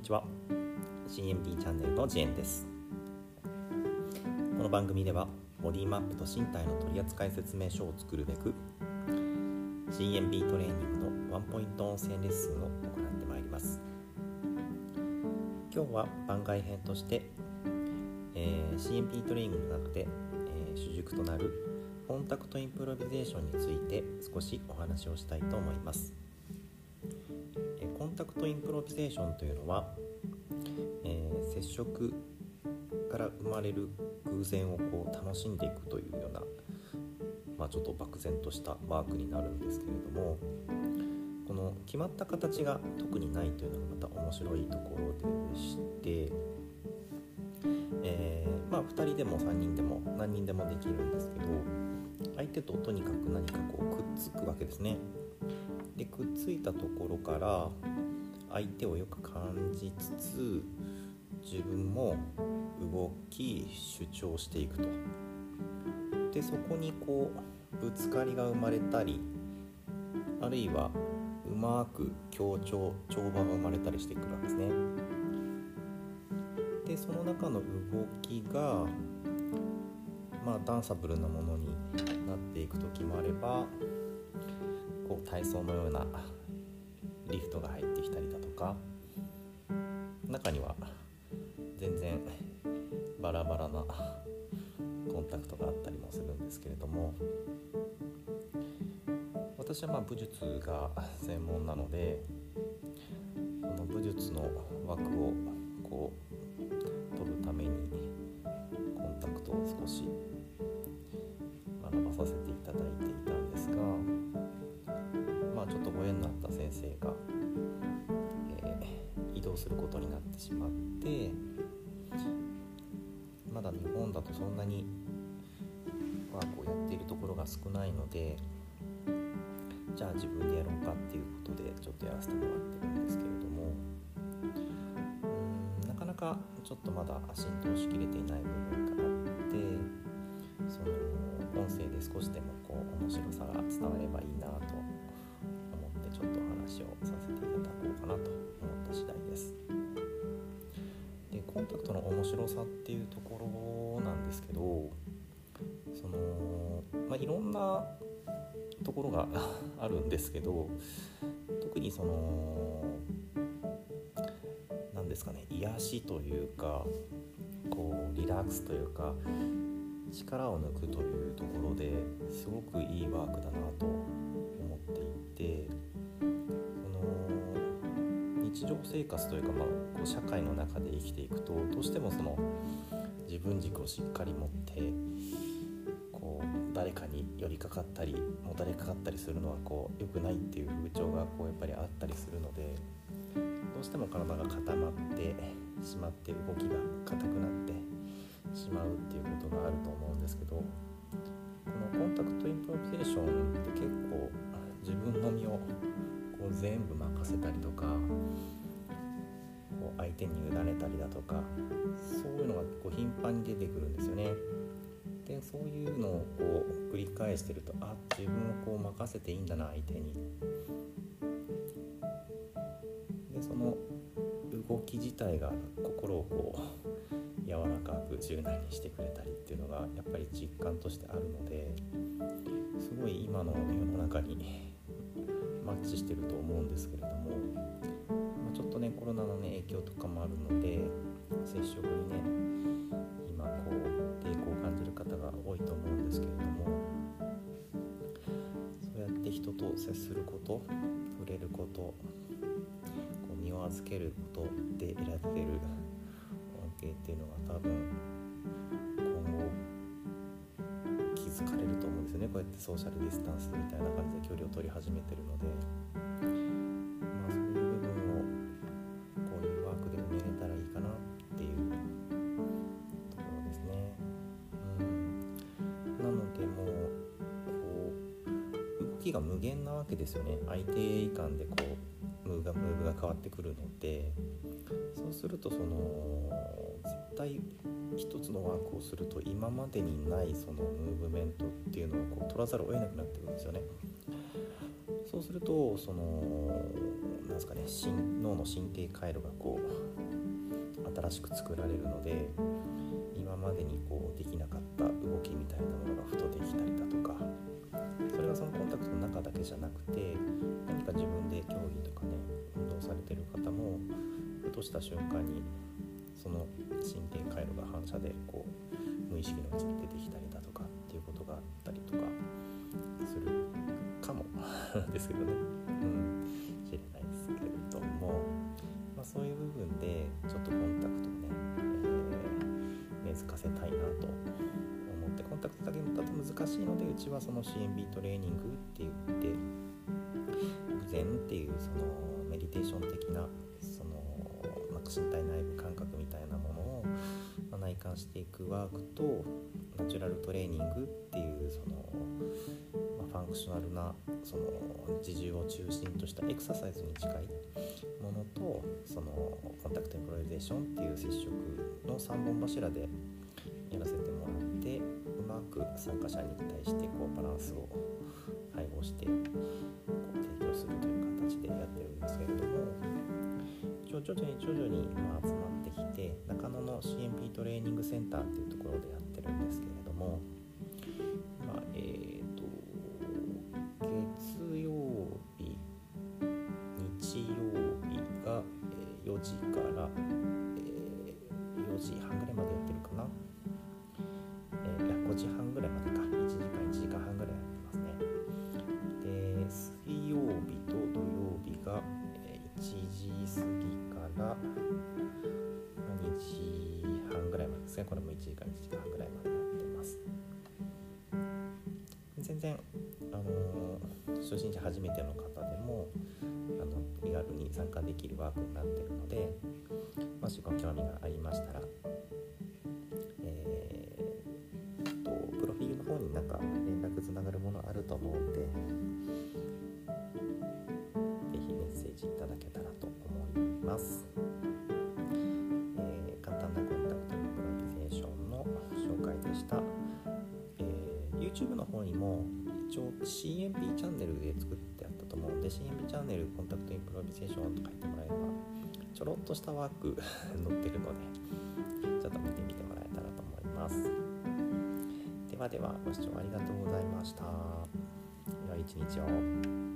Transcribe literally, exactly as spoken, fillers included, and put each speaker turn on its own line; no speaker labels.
ちは。 シーエムピー チャンネルのジェーンです。この番組ではボディマップと身体の取扱説明書を作るべく シーエムピー トレーニングのワンポイント音声レッスンを行ってまいります。今日は番外編として、えー、シーエムピー トレーニングの中で、えー、主軸となるコンタクトインプロビゼーションについて少しお話をしたいと思います。コンタクトインプロビゼーションというのは、えー、接触から生まれる偶然をこう楽しんでいくというような、まあ、ちょっと漠然としたワークになるんですけれども、この決まった形が特にないというのがまた面白いところでして、えーまあ、ふたりでもさんにんでも何人でもできるんですけど、相手ととにかく何かこうくっつくわけですね。でくっついたところから相手をよく感じつつ自分も動き主張していくと。でそこにこうぶつかりが生まれたり、あるいはうまく協調調和が生まれたりしてくるわけですね。でその中の動きがまあダンサブルなものになっていく時もあれば、こう体操のようなリフトが入ってきたりだとか、中には全然バラバラなコンタクトがあったりもするんですけれども、私はまあ武術が専門なので、その武術の枠をこう取るためにコンタクトを少し学ばさせていただいていたんですが、まあちょっとご縁のあった先生が、えー、移動することになってしまって、まだ日本だとそんなにワークをやっているところが少ないので、じゃあ自分でやろうかっていうことでちょっとやらせてもらってるんですけれども、うーんなかなかちょっとまだ浸透しきれていない部分があって、その音声で少しでもこう面白さが伝わればいいなと思ってちょっとお話をさせていただこうかなと思った次第です。でコンタクトの面白さっていうところなんですけど、その、まあ、いろんなところがあるんですけど、特にその何ですかね、癒しというかこうリラックスというか力を抜くというところですごくいいワークだなと思っていて、その日常生活というか、まあ、こう社会の中で生きていくとどうしてもその自分軸をしっかり持ってこう誰かに寄りかかったりもたれかかったりするのはこう良くないっていう風潮がこうやっぱりあったりするので、どうしても体が固まってしまって動きが硬くなってしまうっていうことがあると思うんですけど、このコンタクトインプロビゼーションって結構自分の身をこう全部任せたりとか、こう相手に委ねたりだとか、そういうのがこう頻繁に出てくるんですよね。でそういうのをこう繰り返してると、あ、自分をこう任せていいんだな相手に。でその動き自体が心をこう柔らかく柔軟にしてくれたりっていうのがやっぱり実感としてあるので、すごい今の世の中にマッチしてると思うんですけれども、まあ、ちょっとねコロナのね影響とかもあるので接触にね今こう抵抗を感じる方が多いと思うんですけれども、そうやって人と接すること、触れること、こう身を預けることで得られる恩恵っていうのが多分今後気づかれると思うんですよね。こうやってソーシャルディスタンスみたいな感じで距離を取り始めてるので、まあそういう部分をこういうワークで埋めれたらいいかなっていうところですね。うんなのでもうこう動きが無限なわけですよね。相手以下でこうムーブがムーブが変わってくるので、そうするとその絶対一つのワークをすると今までにないそのムーブメントっていうのをこう取らざるを得なくなってくるんですよね。そうするとそのなんですかね、脳の神経回路がこう新しく作られるので、今までにこうできなかった動きみたいなものがふとできたりだとか、それがそのコンタクトの中だけじゃなくて、何か自分で競技とかね運動されてる方もふとした瞬間にその神経回路が反射でこう無意識のうちに出てきたりだとかっていうことがあったりとかするかもですけどね、うん、知れないですけれども、まあ、そういう部分でちょっとコンタクトをね、えー、根付かせたいなと思って、コンタクトだけだと難しいので、うちはその シーエムビー トレーニングって言って禅っていうそのメディテーション的なその、まあ、身体内部感覚みたいなものを、まあ、内観していくワークとナチュラルトレーニングっていうその、まあ、ファンクショナルなその自重を中心としたエクササイズに近いものと、そのコンタクトインプロビゼーションっていう接触のさんぼん柱でやらせてもらって、うまく参加者に対してこうバランスを配合してこう提供するという形でやってるんですけれども、徐々に徐々にまあ集まってきて、中野の シーエムビー トレーニングセンターっていうところでやってるんですけれども、まあ、えーと月曜日日曜日がよじからよじはんぐらいまでやってるかな、えー、いやごじはんぐらいまでか、いちじかんいちじかんはんぐらいやってますね。で、水曜日と土曜日がいちじ過ぎからにじはんぐらいまでですね。これもいちじかんいちじかんはんぐらいまでやってます。全然、あのー、初心者初めての方でもあの気軽に参加できるワークになっているので、もしご興味がありましたら、えー、とプロフィールの方になんか連絡つながるものあると思うんで、ぜひメッセージいただけたらと思います。えー、簡単なコンタクトインプロビゼーションの紹介でした。えー、YouTube の方にも一応 シーエムビー チャンネルで作ってあったと思うんで、 シーエムビー チャンネルコンタクトインプロビゼーションと書いてもらえばちょろっとしたワーク載ってるので、ちょっと見てみてもらえたらと思います。ではでは、ご視聴ありがとうございました。良い一日を。